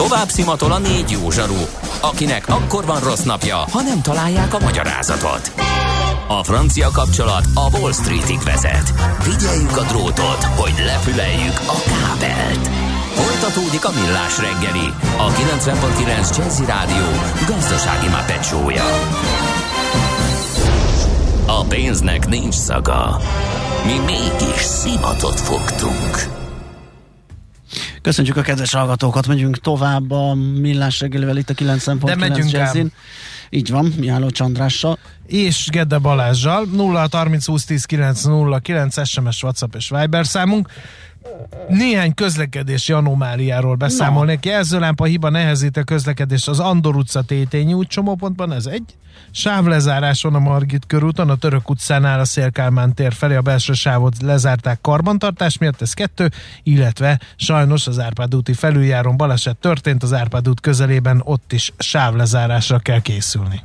Tovább szimatol a 4 jó zsaru, akinek akkor van rossz napja, ha nem találják a magyarázatot. A francia kapcsolat a Wall Streetig vezet. Figyeljük a drótot, hogy lefüleljük a kábelt. Folytatódik a Millás reggeli, a 90.9 Jazzy Rádió gazdasági Muppet show-ja. A pénznek nincs szaga. Mi mégis szimatot fogtunk. Köszönjük a kedves hallgatókat, megyünk tovább a Millás reggelivel itt a 90.9 Jazzin. Így van, Mihály Csandrással. És Gede Balázsral. 0-30 20 10 909 SMS, WhatsApp és Viber számunk. Néhány közlekedési anomáliáról beszámolnék. Jelzőlámpa hiba nehezíti a közlekedést az Andor utca Tétényi út csomópontban, ez egy. Sávlezárás van a Margit körúton, a Török utcánál a Széll-Kálmán tér felé a belső sávot lezárták karbantartás miatt, ez 2, illetve sajnos az Árpád úti felüljáron baleset történt, az Árpád út közelében, ott is sávlezárásra kell készülni.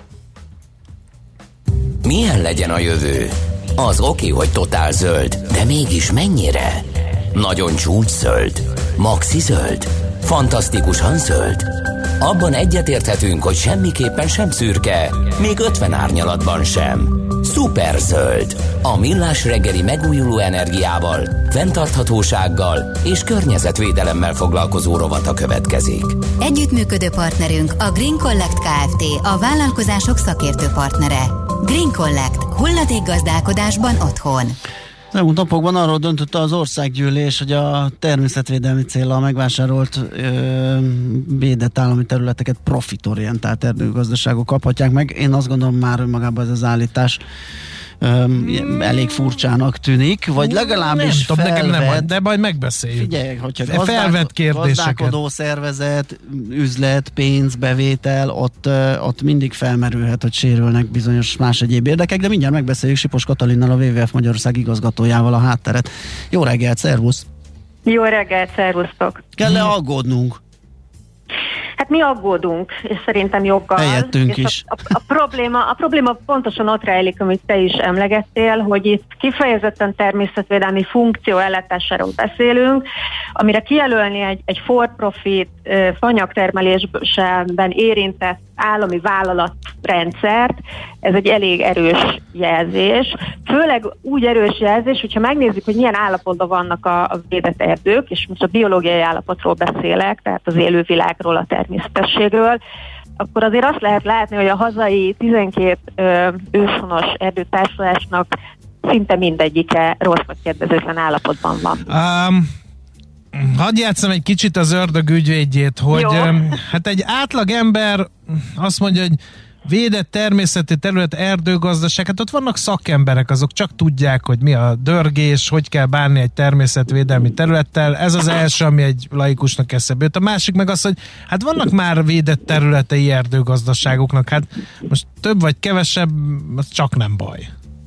Milyen legyen a jövő? Az oké, hogy totál zöld, de mégis mennyire? Nagyon csúcszöld? Maxi zöld? Fantasztikusan zöld? Abban egyetérthetünk, hogy semmiképpen sem szürke, még 50 árnyalatban sem. Szuperzöld. A Millás reggeli megújuló energiával, fenntarthatósággal és környezetvédelemmel foglalkozó rovata következik. Együttműködő partnerünk a Green Collect Kft., a vállalkozások szakértő partnere. Green Collect. Hulladékgazdálkodásban otthon. Az elmúlt napokban arról döntött az országgyűlés, hogy a természetvédelmi céllal megvásárolt védett állami területeket profitorientált erdőgazdaságok kaphatják meg. Én azt gondolom, már önmagában ez az állítás elég furcsának tűnik, vagy legalábbis nem tudom, nekem nem, de majd megbeszéljük. Figyelj, hogyha felvett kérdéseket. Gazdálkodó szervezet, üzlet, pénz, bevétel, ott mindig felmerülhet, hogy sérülnek bizonyos más egyéb érdekek, de mindjárt megbeszéljük Sipos Katalinnal, a WWF Magyarország igazgatójával a hátteret. Jó reggelt, szervusz! Jó reggelt, szervusztok! Kell-e aggódnunk? Hát mi aggódunk, és szerintem joggal. Helyettünk és is. A probléma pontosan ott rejlik, amit te is emlegettél, hogy itt kifejezetten természetvédelmi funkció ellátásáról beszélünk, amire kijelölni egy for-profit fanyagtermelésben érintett állami vállalatrendszert, ez egy elég erős jelzés. Főleg úgy erős jelzés, hogyha megnézzük, hogy milyen állapotban vannak a védett erdők, és most a biológiai állapotról beszélek, tehát az élővilágról, a természetességről, akkor azért azt lehet látni, hogy a hazai 12 őshonos erdőtársulásnak szinte mindegyike rossz vagy kedvezőtlen állapotban van. Hadd játszom egy kicsit az ördög ügyvédjét, hogy hát egy átlag ember azt mondja, hogy védett természeti terület, erdőgazdaság, hát ott vannak szakemberek, azok csak tudják, hogy mi a dörgés, hogy kell bánni egy természetvédelmi területtel. Ez az első, ami egy laikusnak eszembe jut. A másik meg az, hogy hát vannak már védett területei erdőgazdaságoknak, hát most több vagy kevesebb, az csak nem baj.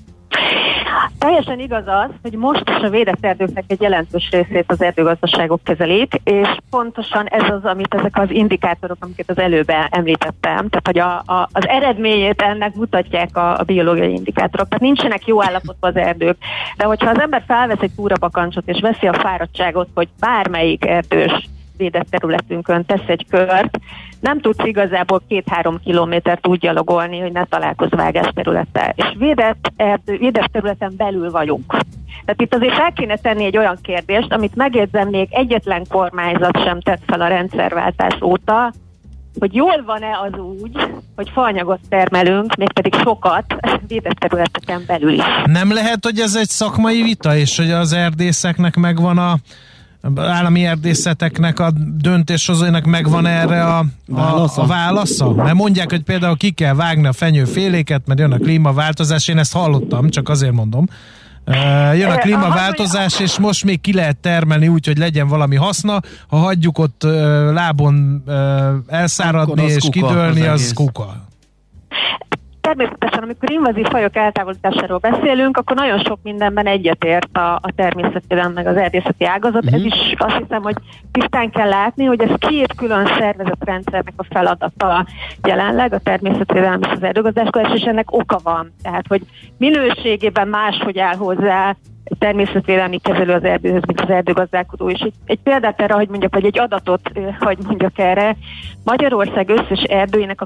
Teljesen igaz az, hogy most is a védett erdőknek egy jelentős részét az erdőgazdaságok kezelik, és pontosan ez az, amit ezek az indikátorok, amiket az előbb említettem, tehát hogy az eredményét ennek mutatják a biológiai indikátorok. Tehát nincsenek jó állapotban az erdők, de hogyha az ember felvesz egy túrabakancsot és veszi a fáradtságot, hogy bármelyik erdős védett területünkön tesz egy kört, nem tudsz igazából 2-3 kilométert úgy gyalogolni, hogy ne találkozz vágásterülettel. És védett területen belül vagyunk. Tehát itt azért fel kéne tenni egy olyan kérdést, amit megjegyzem, még egyetlen kormányzat sem tett fel a rendszerváltás óta, hogy jól van-e az úgy, hogy faanyagot termelünk, mégpedig sokat védett területeken belül is. Nem lehet, hogy ez egy szakmai vita, és hogy az erdészeknek megvan állami erdészeteknek a döntéshozóinak megvan erre a válasza? Mert mondják, hogy például ki kell vágni a fenyőféléket, mert jön a klímaváltozás, én ezt hallottam, csak azért mondom. Jön a klímaváltozás, és most még ki lehet termelni úgy, hogy legyen valami haszna, ha hagyjuk ott lábon elszáradni és kidőlni, az kuka. Természetesen, amikor invazív fajok eltávolításáról beszélünk, akkor nagyon sok mindenben egyetért a természetvédelem meg az erdészeti ágazat. Ez is azt hiszem, hogy tisztán kell látni, hogy ez két külön szervezetrendszernek a feladata jelenleg, a természetvédelem és az erdőgazdálkodás, és ennek oka van. Tehát, hogy minőségében máshogy áll hozzá természetvédelmi kezelő az erdőhöz, mint az erdőgazdálkodó. És egy példát erre, vagy egy adatot, hogy mondjak erre, Magyarország összes erdőjének a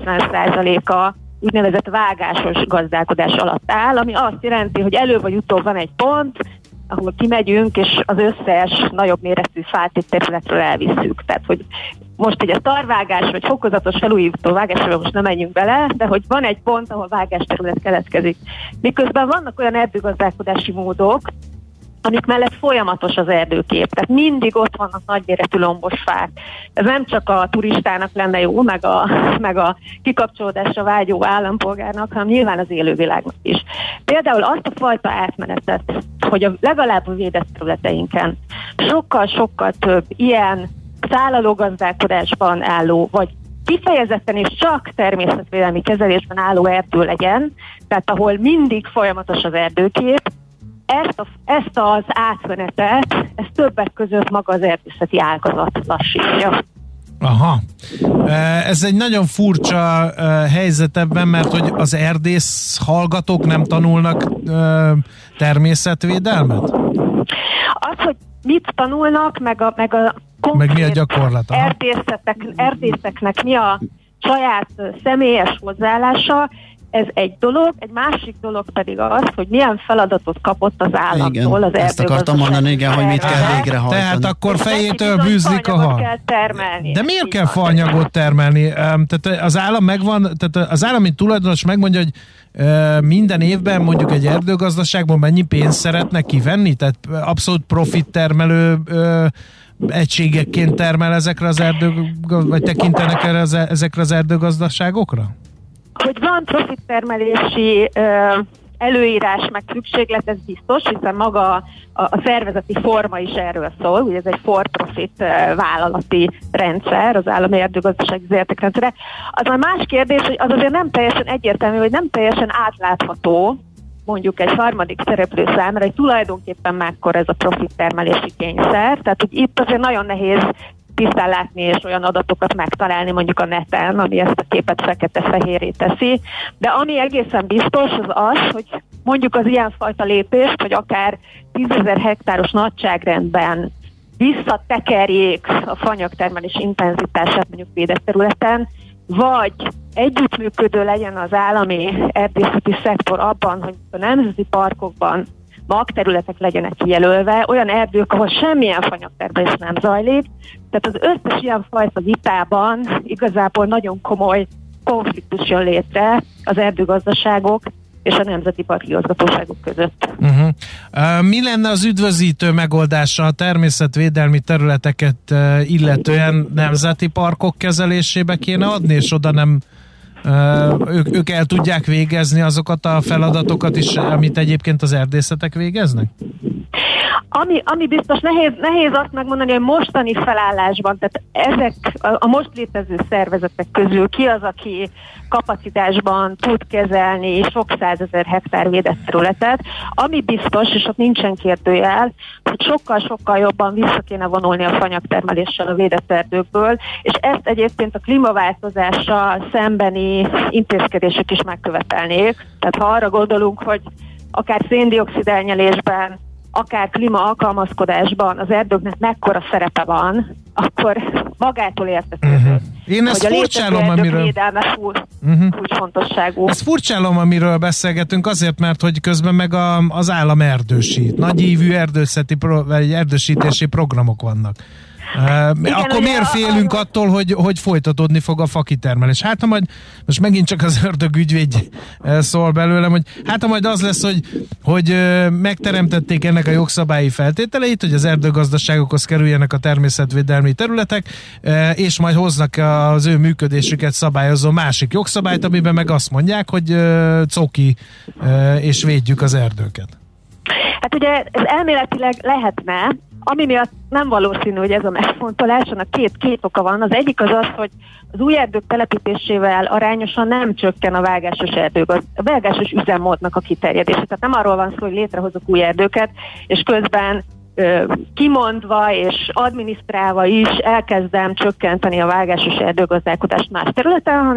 90%-a úgynevezett vágásos gazdálkodás alatt áll, ami azt jelenti, hogy elő vagy utóbb van egy pont, ahol kimegyünk, és az összes nagyobb méretű fát egy területről elvisszük. Tehát, hogy most egy a tarvágás, vagy fokozatos felújító vágásról most nem menjünk bele, de hogy van egy pont, ahol vágásterület keletkezik. Miközben vannak olyan erdőgazdálkodási módok, amik mellett folyamatos az erdőkép. Tehát mindig ott vannak nagyméretű lombos fák. Ez nem csak a turistának lenne jó, meg a kikapcsolódásra vágyó állampolgárnak, hanem nyilván az élővilágnak is. Például azt a fajta átmenetet, hogy legalább a védett területeinken sokkal-sokkal több ilyen szállalógazdálkodásban álló, vagy kifejezetten és csak természetvédelmi kezelésben álló erdő legyen, tehát ahol mindig folyamatos az erdőkép, ezt az átmenetet, ez többek között maga az erdészeti ágazat lassítja. Aha. Ez egy nagyon furcsa helyzet ebben, mert hogy az erdész hallgatók nem tanulnak természetvédelmet? Az, hogy mit tanulnak, meg mi a gyakorlat? Erdészeknek mi a saját személyes hozzáállása, ez egy dolog, egy másik dolog pedig az, hogy milyen feladatot kapott az államtól az erdőgazdaság. Ezt akartam mondani, igen, hogy mit kell végrehajtani. Tehát akkor fejétől bűzlik a hal. Kell termelni. De miért kell faanyagot termelni? Tehát az állam tehát az állami tulajdonos megmondja, hogy minden évben mondjuk egy erdőgazdaságban mennyi pénzt szeretne kivenni? Tehát abszolút profit termelő egységekként termel ezekre az vagy tekintenek ezekre az erdőgazdaságokra? Hogy van profittermelési előírás, meg szükséglet, ez biztos, hiszen maga a szervezeti forma is erről szól, ugye ez egy for-profit vállalati rendszer, az állami erdőgazdasági értékrendszere. Az a más kérdés, hogy az azért nem teljesen egyértelmű, vagy nem teljesen átlátható, mondjuk egy harmadik szereplő számára, hogy tulajdonképpen mekkora ez a profittermelési kényszer, tehát hogy itt azért nagyon nehéz tisztán látni és olyan adatokat megtalálni mondjuk a neten, ami ezt a képet fekete-fehérré teszi. De ami egészen biztos, az, hogy mondjuk az ilyenfajta lépést, hogy akár 10 000 hektáros nagyságrendben visszatekerjék a faanyagtermelés intenzitását mondjuk védett területen, vagy együttműködő legyen az állami erdészeti szektor abban, hogy a nemzeti parkokban magterületek legyenek kijelölve, olyan erdők, ahol semmilyen faanyagtermelés nem zajlik. Tehát az összes ilyen fajta vitában igazából nagyon komoly konfliktus jön létre az erdőgazdaságok és a nemzeti parkigazgatóságok között. Mi lenne az üdvözítő megoldása a természetvédelmi területeket illetően? Nemzeti parkok kezelésébe kéne adni, és oda nem ők el tudják végezni azokat a feladatokat is, amit egyébként az erdészetek végeznek? Ami biztos nehéz azt megmondani, hogy mostani felállásban, tehát ezek a most létező szervezetek közül ki az, aki kapacitásban tud kezelni sok 100 000 hektár védett területet. Ami biztos, és ott nincsen kérdőjel, hogy sokkal-sokkal jobban vissza kéne vonulni a faanyagtermeléssel a védett erdőkből, és ezt egyébként a klímaváltozással szembeni intézkedések is megkövetelnék. Tehát ha arra gondolunk, hogy akár szén-dioxid elnyelésben, akár klíma-alkalmazkodásban az erdőknek mekkora szerepe van, akkor magától értetődő. Én ezt furcsálom, amiről... kulcsfontosságú. Ezt furcsálom, amiről beszélgetünk, azért, mert hogy közben meg az állam erdősít. Nagyívű erdősítési programok vannak. Igen, akkor miért félünk attól, hogy folytatódni fog a fakitermelés? Hát ha majd, most megint csak az ördög ügyvéd szól belőlem, hogy hát ha majd az lesz, hogy megteremtették ennek a jogszabályi feltételeit, hogy az erdőgazdaságokhoz kerüljenek a természetvédelmi területek, és majd hoznak az ő működésüket szabályozó másik jogszabályt, amiben meg azt mondják, hogy coki, és védjük az erdőket. Hát ugye ez elméletileg lehetne, ami miatt nem valószínű, hogy ez a megfontolás, annak két oka van. Az egyik az, hogy az új erdők telepítésével arányosan nem csökken a vágásos üzemmódnak a kiterjedése. Tehát nem arról van szó, hogy létrehozok új erdőket, és közben kimondva és adminisztrálva is elkezdem csökkenteni a vágásos erdőgazdálkodást más területen, hanem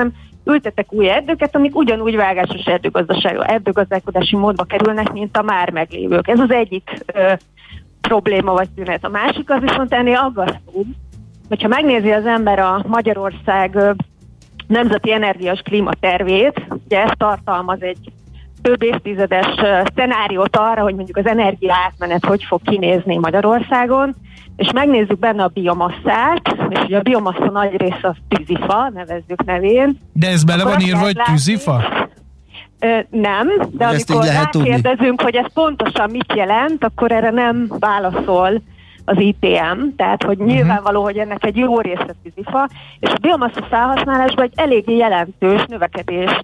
ültetek új erdőket, amik ugyanúgy vágásos erdőgazdálkodási módba kerülnek, mint a már meglévők. Ez az egyik probléma vagy tünet. A másik az viszont ennél aggasztóbb, hogyha megnézi az ember a Magyarország Nemzeti Energiás Klímatervét, ugye ez tartalmaz egy több évtizedes szenáriót arra, hogy mondjuk az energia átmenet hogy fog kinézni Magyarországon, és megnézzük benne a biomasszát, és ugye a biomassa nagy része az tűzifa, nevezzük nevén. De ez bele van írva, hogy tűzifa? Nem, de amikor rákérdezünk, hogy ez pontosan mit jelent, akkor erre nem válaszol az ITM, tehát hogy nyilvánvaló, hogy ennek egy jó része tűzifa, és a biomassa felhasználásban egy eléggé jelentős növekedést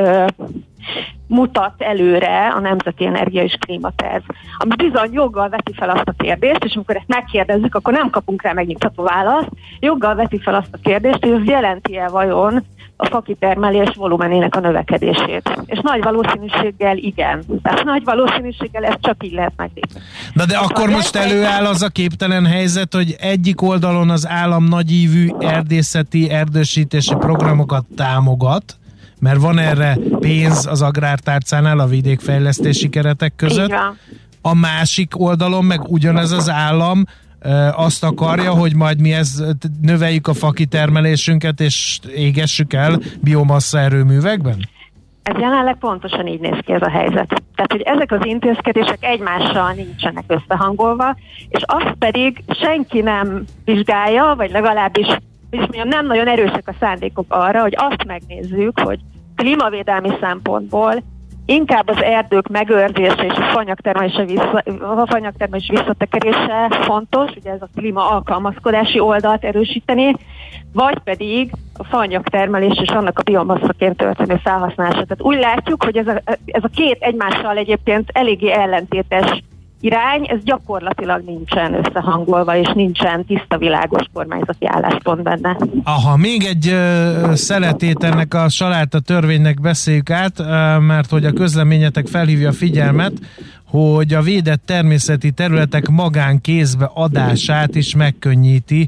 mutat előre a Nemzeti Energia és Klímaterv, ami bizony joggal veti fel azt a kérdést, és amikor ezt megkérdezzük, akkor nem kapunk rá megnyugtató választ, joggal veti fel azt a kérdést, hogy ez jelenti-e vajon a fakitermelés volumenének a növekedését. És nagy valószínűséggel igen. Tehát nagy valószínűséggel ezt csak így lehet megnézni. Na de akkor most előáll az a képtelen helyzet, hogy egyik oldalon az állam nagyívű erdészeti, erdősítési programokat támogat, mert van erre pénz az agrártárcánál a vidékfejlesztési keretek között. A másik oldalon meg ugyanez az állam azt akarja, hogy majd mi növeljük a fakitermelésünket és égessük el biomassa erőművekben? Ez jelenleg pontosan így néz ki ez a helyzet. Tehát, hogy ezek az intézkedések egymással nincsenek összehangolva, és azt pedig senki nem vizsgálja, vagy legalábbis nem nagyon erősek a szándékok arra, hogy azt megnézzük, hogy klímavédelmi szempontból inkább az erdők megőrzése és a fanyagtermelés visszatekerése fontos, ugye ez a klíma alkalmazkodási oldalt erősíteni, vagy pedig a fanyagtermelés és annak a biomasszaként történő felhasználása. Tehát úgy látjuk, hogy ez a két egymással egyébként eléggé ellentétes irány, ez gyakorlatilag nincsen összehangolva, és nincsen tiszta, világos kormányzati álláspont benne. Aha, még egy szeletét ennek a saláta törvénynek beszéljük át, mert hogy a közleményetek felhívja a figyelmet, hogy a védett természeti területek magánkézbe adását is megkönnyíti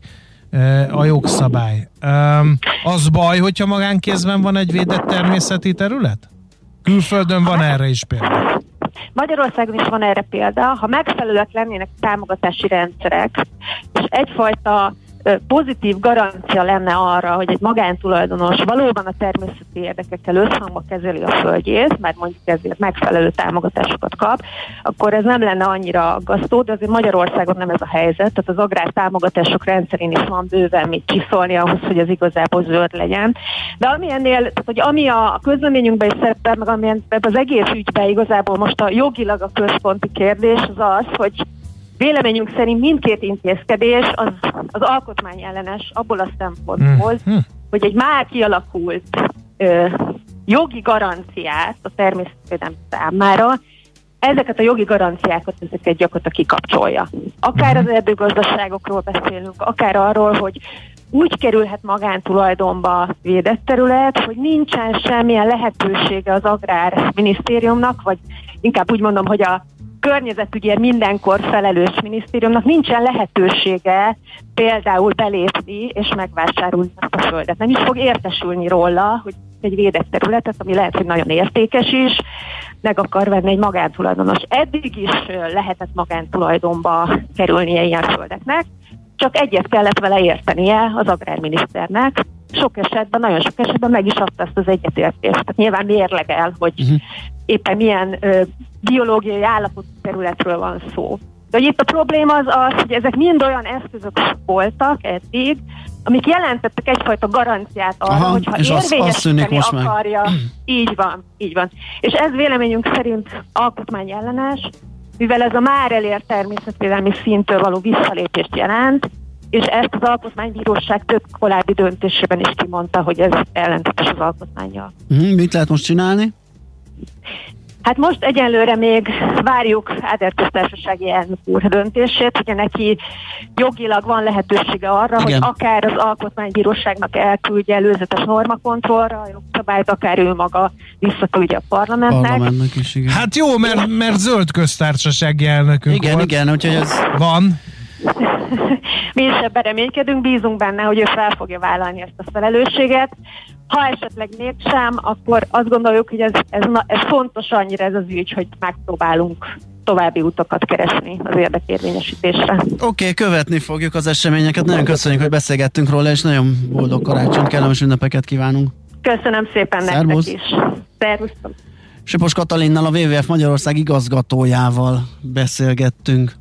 a jogszabály. Az baj, hogyha magánkézben van egy védett természeti terület? Külföldön van erre is példa. Magyarországon is van erre példa, ha megfelelőek lennének támogatási rendszerek, és egyfajta pozitív garancia lenne arra, hogy egy magántulajdonos valóban a természeti érdekekkel összhangba kezeli a földjét, mert mondjuk ezért megfelelő támogatásokat kap, akkor ez nem lenne annyira aggasztó, de azért Magyarországon nem ez a helyzet, tehát az agrár támogatások rendszerén is van bőven mit csiszolni ahhoz, hogy ez igazából zöld legyen. De ami ennél, tehát, hogy ami a közleményünkben is szerepel, meg ami az egész ügyben igazából most a jogilag a központi kérdés az az, hogy véleményünk szerint mindkét intézkedés az alkotmányellenes abból a szempontból, hogy egy már kialakult jogi garanciát a természetvédelem számára, ezeket a jogi garanciákat gyakorlatilag kikapcsolja. Akár az erdőgazdaságokról beszélünk, akár arról, hogy úgy kerülhet magántulajdonba védett terület, hogy nincsen semmilyen lehetősége az Agrárminisztériumnak, vagy inkább úgy mondom, hogy a környezetügyért mindenkor felelős minisztériumnak nincsen lehetősége például belépni és megvásárolni ezt a földet. Nem is fog értesülni róla, hogy egy védett területet, ami lehet, hogy nagyon értékes is, meg akar venni egy magántulajdonos. Eddig is lehetett magántulajdonba kerülnie ilyen földeknek, csak egyet kellett vele értenie az agrárminiszternek. Nagyon sok esetben meg is adta ezt az egyetértést. Tehát nyilván mérlegel, hogy éppen milyen biológiai állapotú területről van szó. De hogy itt a probléma az, hogy ezek mind olyan eszközök voltak eddig, amik jelentettek egyfajta garanciát arra, hogyha érvényesíteni akarja. Így van. És ez véleményünk szerint alkotmányellenes, mivel ez a már elért természetvédelmi szinttől való visszalépést jelent, és ezt az Alkotmánybíróság több korábbi döntésében is kimondta, hogy ez ellentétes az alkotmánnyal. Mit lehet most csinálni? Hát most egyenlőre még várjuk Áder köztársasági elnök úr döntését, ugye neki jogilag van lehetősége arra, igen, hogy akár az Alkotmánybíróságnak elküldje előzetes normakontrollra a jogszabályt, akár ő maga visszaküldje a parlamentnek is, igen. Hát jó, mert zöld köztársasági elnökünk volt. Igen, úgyhogy ez van. Mi is ebben reménykedünk, bízunk benne, hogy ő fel fogja vállalni ezt a felelősséget. Ha esetleg mégsem, akkor azt gondoljuk, hogy ez fontos annyira ez az ügy, hogy megpróbálunk további utakat keresni az érdekérvényesítésre. Oké, követni fogjuk az eseményeket. Nagyon köszönjük, hogy beszélgettünk róla, és nagyon boldog karácsony, kellemes ünnepeket kívánunk. Köszönöm szépen nektek is. Szervusztok! Sipos Katalinnal, a WWF Magyarország igazgatójával beszélgettünk.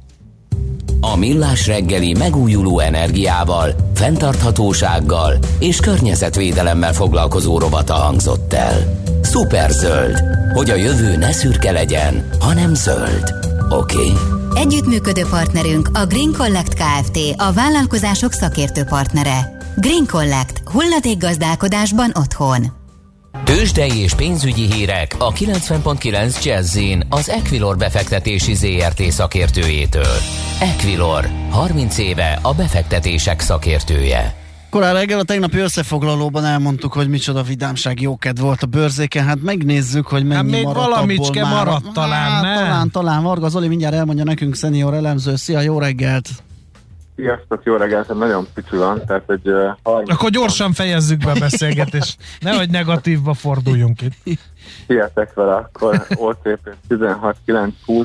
A Millás reggeli megújuló energiával, fenntarthatósággal és környezetvédelemmel foglalkozó rovata hangzott el. Szuperzöld, hogy a jövő ne szürke legyen, hanem zöld. Oké? Együttműködő partnerünk a Green Collect Kft. A vállalkozások szakértő partnere. Green Collect. Hulladékgazdálkodásban otthon. Tőzsdei és pénzügyi hírek a 90.9 Jazz-in az Equilor befektetési ZRT szakértőjétől. Equilor, 30 éve a befektetések szakértője. Korán reggel a tegnapi összefoglalóban elmondtuk, hogy micsoda vidámság, jókedv volt a bőrzéken. Hát megnézzük, hogy mennyi még maradt valamicske abból maradt talán, nem? Talán. Varga Zoli mindjárt elmondja nekünk, szenior elemző. Szia, jó reggelt! Sziasztok, jó reggelt, nagyon pici van, tehát egy... Akkor gyorsan fejezzük be a beszélgetést, nehogy negatívba forduljunk itt. Hihetek vele, akkor OTP 16,920,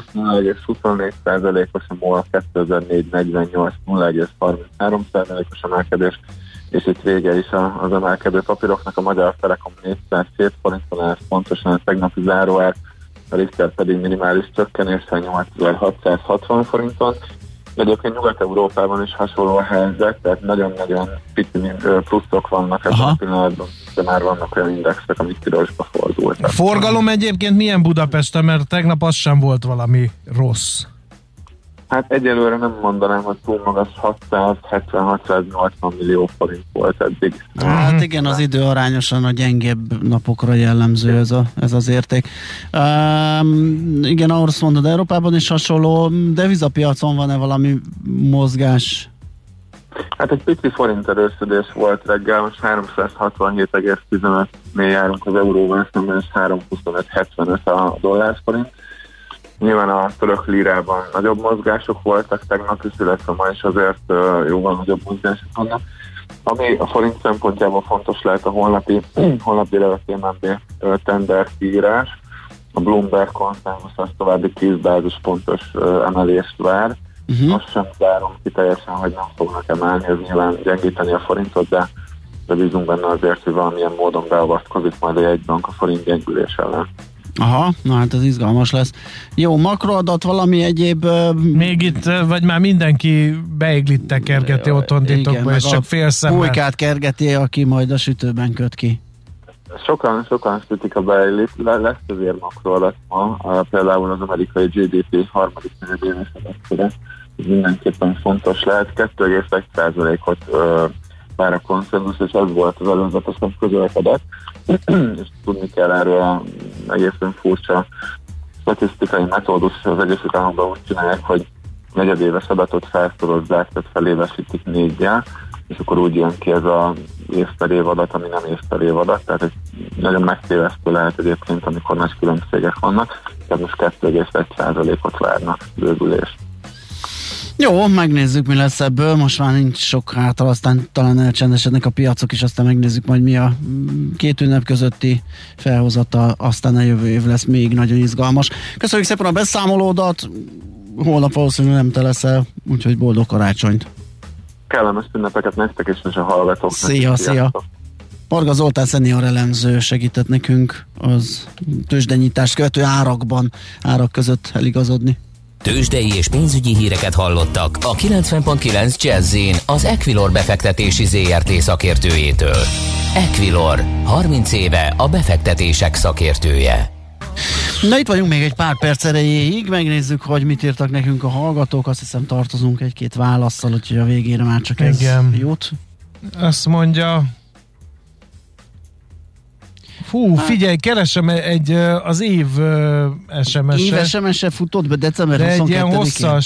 0,24%-os a MOL 2004-48, 0,33%-os emelkedés, és itt vége is az emelkedő papíroknak. A Magyar Telekom 407 forinton áll pontosan a tegnapi záróár, a Richter pedig minimális csökkenéssel 8660 forinton. Egyébként Nyugat-Európában is hasonló a helyzet, tehát nagyon-nagyon pici pluszok vannak ebben a pillanatban, de már vannak olyan indexek, amik pirosba fordultak. Forgalom egyébként milyen Budapesten, mert tegnap az sem volt valami rossz. Hát egyelőre nem mondanám, hogy túl magas, 670-680 millió forint volt eddig. Hát igen, az idő arányosan a gyengébb napokra jellemző ez az érték. Igen, ahhoz mondod, Európában is hasonló, devizapiacon van-e valami mozgás? Hát egy pici forint erősödés volt reggel, most 367,15-nél járunk az euróval, szemben 325,75 a dollárforint. Nyilván a török lírában nagyobb mozgások voltak tegnap is, illetve ma is azért jóval nagyobb mozgások vannak. Ami a forint szempontjából fontos lehet a holnapi délelőtt MNB tender kiírás. A Bloomberg konszenzus az további 10 bázispontos emelést vár. Azt sem várom ki teljesen, hogy nem fognak emelni, ez nyilván gyengíteni a forintot, de bízunk benne azért, hogy valamilyen módon beavatkozik majd a jegybank a forint gyengülés ellen. Aha, na hát ez izgalmas lesz. Jó, makroadat, valami egyéb... Még itt, vagy már mindenki beiglit kergeti otthon titokba, és csak félszemmel. Pulykát kergeti, aki majd a sütőben köt ki. Sokan sütik a beiglit, lesz azért makroadat ma, például az amerikai GDP harmadik negyedéves adatköre, ez mindenképpen fontos lehet, 2,1%-ot már a konszenzus, és ez volt az előzetesen közölt adat, és tudni kell erről egészen furcsa statisztikai metódus, az Egyesült Államokban úgy csinálják, hogy negyedéves adatot felszorozzák, tehát felévesítik 4-jel, és akkor úgy jön ki ez az évperév adat, ami nem évperév adat, tehát egy nagyon megtévesztő lehet egyébként, amikor nagy különbségek vannak, tehát most 2,1%-ot várnak bővülést. Jó, megnézzük, mi lesz ebből. Most már nincs sok hátra, aztán talán elcsendesednek a piacok is, aztán megnézzük majd, mi a két ünnep közötti felhozata, aztán a jövő év lesz még nagyon izgalmas. Köszönjük szépen a beszámolódat, holnap valószínűleg nem te leszel, úgyhogy boldog karácsonyt. Kellemes ünnepeket nektek és a hallgatóknak. Szia! Varga Zoltán szenior elemző segített nekünk az tőzsdenyítást követő árak között eligazodni. Tőzsdei és pénzügyi híreket hallottak a 90.9 Jazz-in az Equilor befektetési ZRT szakértőjétől. Equilor, 30 éve a befektetések szakértője. Na, itt vagyunk még egy pár perc erejéig, megnézzük, hogy mit írtak nekünk a hallgatók, azt hiszem tartozunk egy-két válasszal, úgyhogy a végére már csak ez jut. Azt mondja... Figyelj, keresem az év SMS-e. Év SMS-e futott be december 22-én. Egy ilyen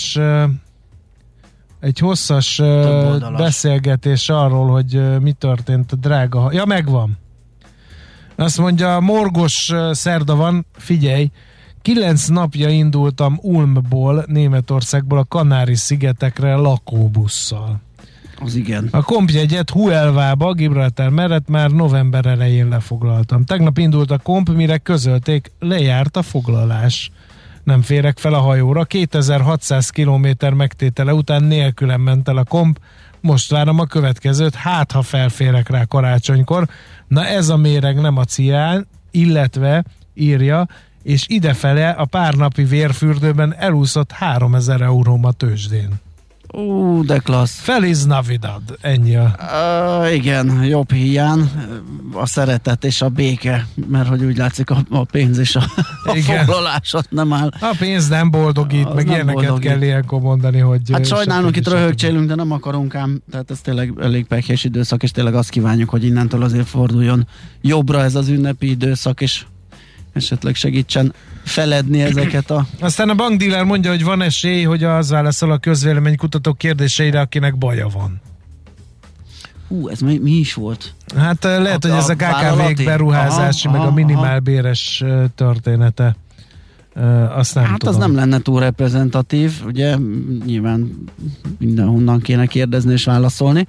hosszas beszélgetés arról, hogy mi történt a drága... Ja, megvan. Azt mondja, morgos szerda van, figyelj, 9 napja indultam Ulmból, Németországból a Kanári-szigetekre lakóbusszal. Az igen. A kompjegyet Huelvába, Gibraltár mellett már november elején lefoglaltam. Tegnap indult a komp, mire közölték, lejárt a foglalás. Nem férek fel a hajóra. 2600 kilométer megtétele után nélkülem ment el a komp. Most várom a következőt, hát ha felférek rá karácsonykor. Na ez a méreg nem a cián, illetve írja, és idefele a pár napi vérfürdőben elúszott 3000 euróm a tőzsdén. De klassz. Feliz Navidad, ennyi igen, jobb hiány a szeretet és a béke, mert hogy úgy látszik a pénz és a foglalás ott nem áll. A pénz nem boldogít, meg nem ilyeneket boldogít. Kell ilyenkor mondani, hogy... Hát sajnálunk, itt röhögcsélünk, de nem akarunk ám, tehát ez tényleg elég pekhes időszak, és tényleg azt kívánjuk, hogy innentől azért forduljon jobbra ez az ünnepi időszak, és esetleg segítsen feledni ezeket a... Aztán a bankdíler mondja, hogy van esély, hogy az válaszol a közvéleménykutatók kérdéseire, akinek baja van. Ez mi is volt? Hát lehet, hogy ez a KKV-k beruházási, meg a minimálbéres története. Azt nem tudom. Az nem lenne túl reprezentatív, ugye nyilván mindenhonnan kéne kérdezni és válaszolni.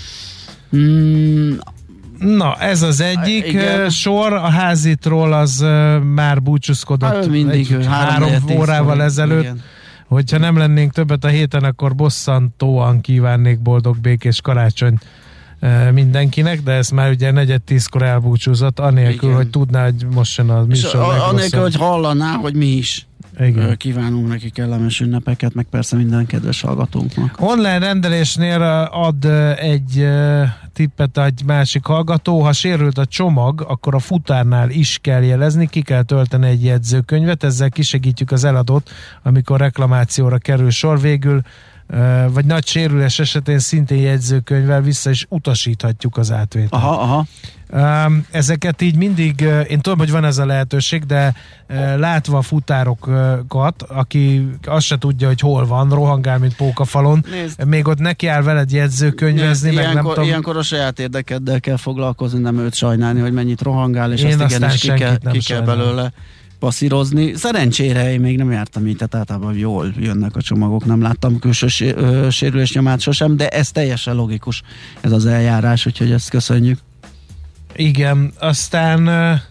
Na, ez az egyik sor, a házitról az már búcsúzkodott mindig 3 órával ezelőtt. Igen. Hogyha nem lennénk többet a héten, akkor bosszantóan kívánnék boldog békés karácsonyt mindenkinek, de ez már ugye 9:10-kor elbúcsúzott, anélkül, hogy tudná, hogy most jön a műsor. Anélkül, hogy hallaná, hogy mi is kívánunk neki kellemes ünnepeket, meg persze minden kedves hallgatónknak. Online rendelésnél ad egy tippet egy másik hallgató, ha sérült a csomag, akkor a futárnál is kell jelezni, ki kell tölteni egy jegyzőkönyvet, ezzel kisegítjük az eladót, amikor reklamációra kerül sor, végül vagy nagy sérülés esetén szintén jegyzőkönyvvel vissza is utasíthatjuk az átvételt. Aha. Ezeket így mindig, én tudom, hogy van ez a lehetőség, de látva a futárokat, aki azt se tudja, hogy hol van, rohangál, mint pókafalon, még ott neki áll veled jegyzőkönyvezni, meg nem tudom. Ilyenkor a saját érdekeddel kell foglalkozni, nem őt sajnálni, hogy mennyit rohangál, és azt igenis ki kell belőle passzírozni. Szerencsére én még nem jártam így, tehát általában jól jönnek a csomagok, nem láttam külső sérülésnyomát sosem, de ez teljesen logikus, ez az eljárás, úgyhogy ezt köszönjük. Igen, aztán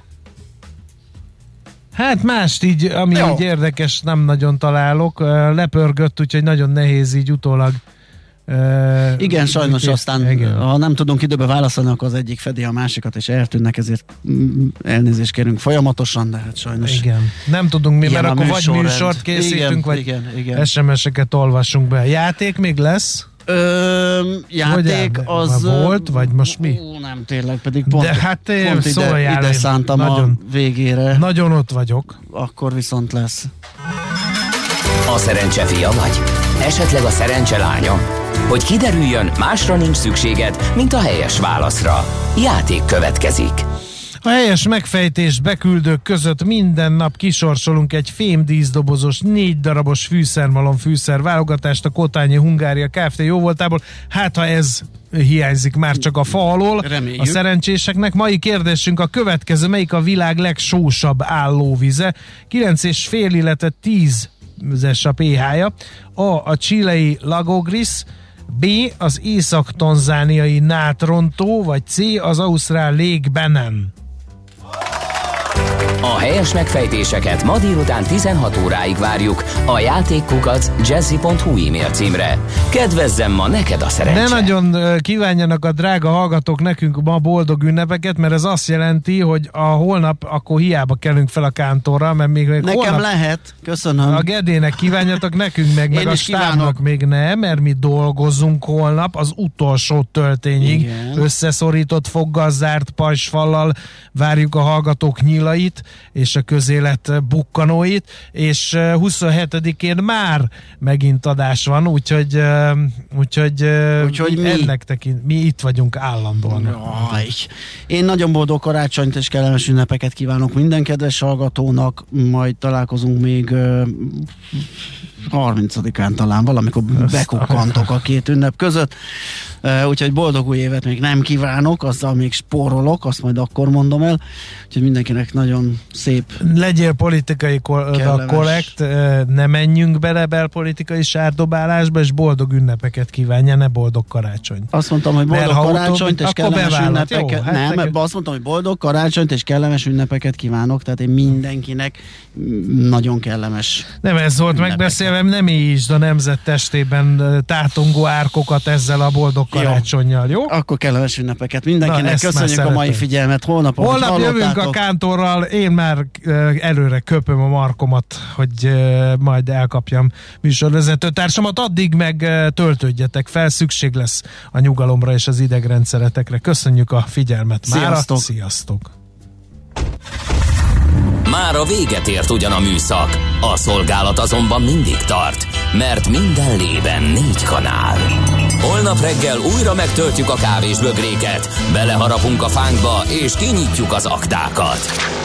hát mást így, ami így érdekes, nem nagyon találok. Lepörgött, úgyhogy nagyon nehéz így utólag. Igen, sajnos aztán, ha nem tudunk időbe válaszolni, akkor az egyik fedi a másikat, és eltűnnek, ezért elnézést kérünk folyamatosan, de hát sajnos. Igen, nem tudunk mi, mert akkor vagy műsort készítünk, vagy SMS-eket olvassunk be. Játék még lesz? Játék az... Volt, vagy most mi? Nem, tényleg, pedig pont, de hát pont ide szántam nagyon, a végére. Nagyon ott vagyok. Akkor viszont lesz. A szerencse fia vagy? Esetleg a szerencse lánya? Hogy kiderüljön, másra nincs szükséged, mint a helyes válaszra. Játék következik. A helyes megfejtés beküldők között minden nap kisorsolunk egy fémdíszdobozos 4 darabos fűszermalom fűszerválogatást a Kotányi Hungária Kft. Jóvoltából. Hát ha ez hiányzik már csak a fa alól. Reméljük. A szerencséseknek. Mai kérdésünk a következő: melyik a világ legsósabb állóvize? 9,5, illetve 10-es a pH-ja. A chilei Lagogris, B az észak-tanzániai Nátrontó, vagy C az ausztrál Lake Bennen. A helyes megfejtéseket ma délután 16 óráig várjuk a játékkukac@jazzy.hu e-mail címre. Kedvezzem ma neked a szerencse! Ne nagyon kívánjanak a drága hallgatók nekünk ma boldog ünnepeket, mert ez azt jelenti, hogy a holnap akkor hiába kelünk fel a kántorra, mert még nekem holnap lehet, köszönöm. A Gedének kívánjatok nekünk meg a stábnak még nem, mert mi dolgozunk holnap az utolsó töltényig. Igen. Összeszorított foggal, zárt pajzsfallal várjuk a hallgatók nyílait és a közélet bukkanóit, és 27-én már megint adás van, úgyhogy ennek mi itt vagyunk állandóan. Jaj. Én nagyon boldog karácsonyt és kellemes ünnepeket kívánok minden kedves hallgatónak, majd találkozunk még 30-án talán valamikor bekukkantok a két ünnep között. Úgyhogy boldog új évet még nem kívánok, azzal még spórolok, azt majd akkor mondom el. Úgyhogy mindenkinek nagyon szép, legyél politikai korrekt, ne menjünk bele belpolitikai sárdobálásba, és boldog ünnepeket kívánja, ne boldog karácsonyt. Azt mondtam, hogy boldog karácsonyt és kellemes ünnepeket. Azt mondtam, hogy boldog karácsonyt és kellemes ünnepeket kívánok, tehát én mindenkinek nagyon kellemes. Nem ez volt megbeszélve, nem ízd a nemzet testében tátongó árkokat ezzel a boldog karácsonnyal, jó? Akkor kellemes ünnepeket mindenkinek. Köszönjük a mai figyelmet. Holnap jövünk a Kántorral, én már előre köpöm a markomat, hogy majd elkapjam műsorvezetőtársamat, addig meg töltődjetek fel, szükség lesz a nyugalomra és az idegrendszeretekre. Köszönjük a figyelmet. Sziasztok! Sziasztok! Már a véget ért ugyan a műszak, a szolgálat azonban mindig tart, mert minden lében 4 kanál. Holnap reggel újra megtöltjük a kávésbögréket, beleharapunk a fánkba és kinyitjuk az aktákat.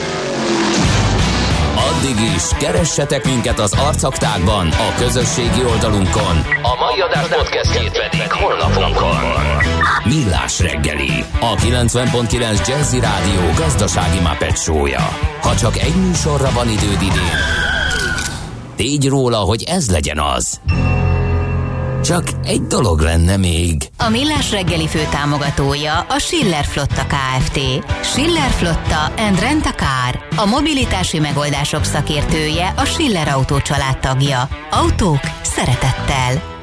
Addig is keressetek minket az arcaktákban, a közösségi oldalunkon. A mai adás podcastjét pedig honlapunkon. Millás reggeli, a 90.9 Jazzy Rádió gazdasági Muppet show-ja. Ha csak egy műsorra van időd idén, tégy róla, hogy ez legyen az. Csak egy dolog lenne még. A Millás reggeli főtámogatója a Schiller Flotta Kft. Schiller Flotta and Rent a Car. A mobilitási megoldások szakértője, a Schiller Autó család tagja. Autók szeretettel.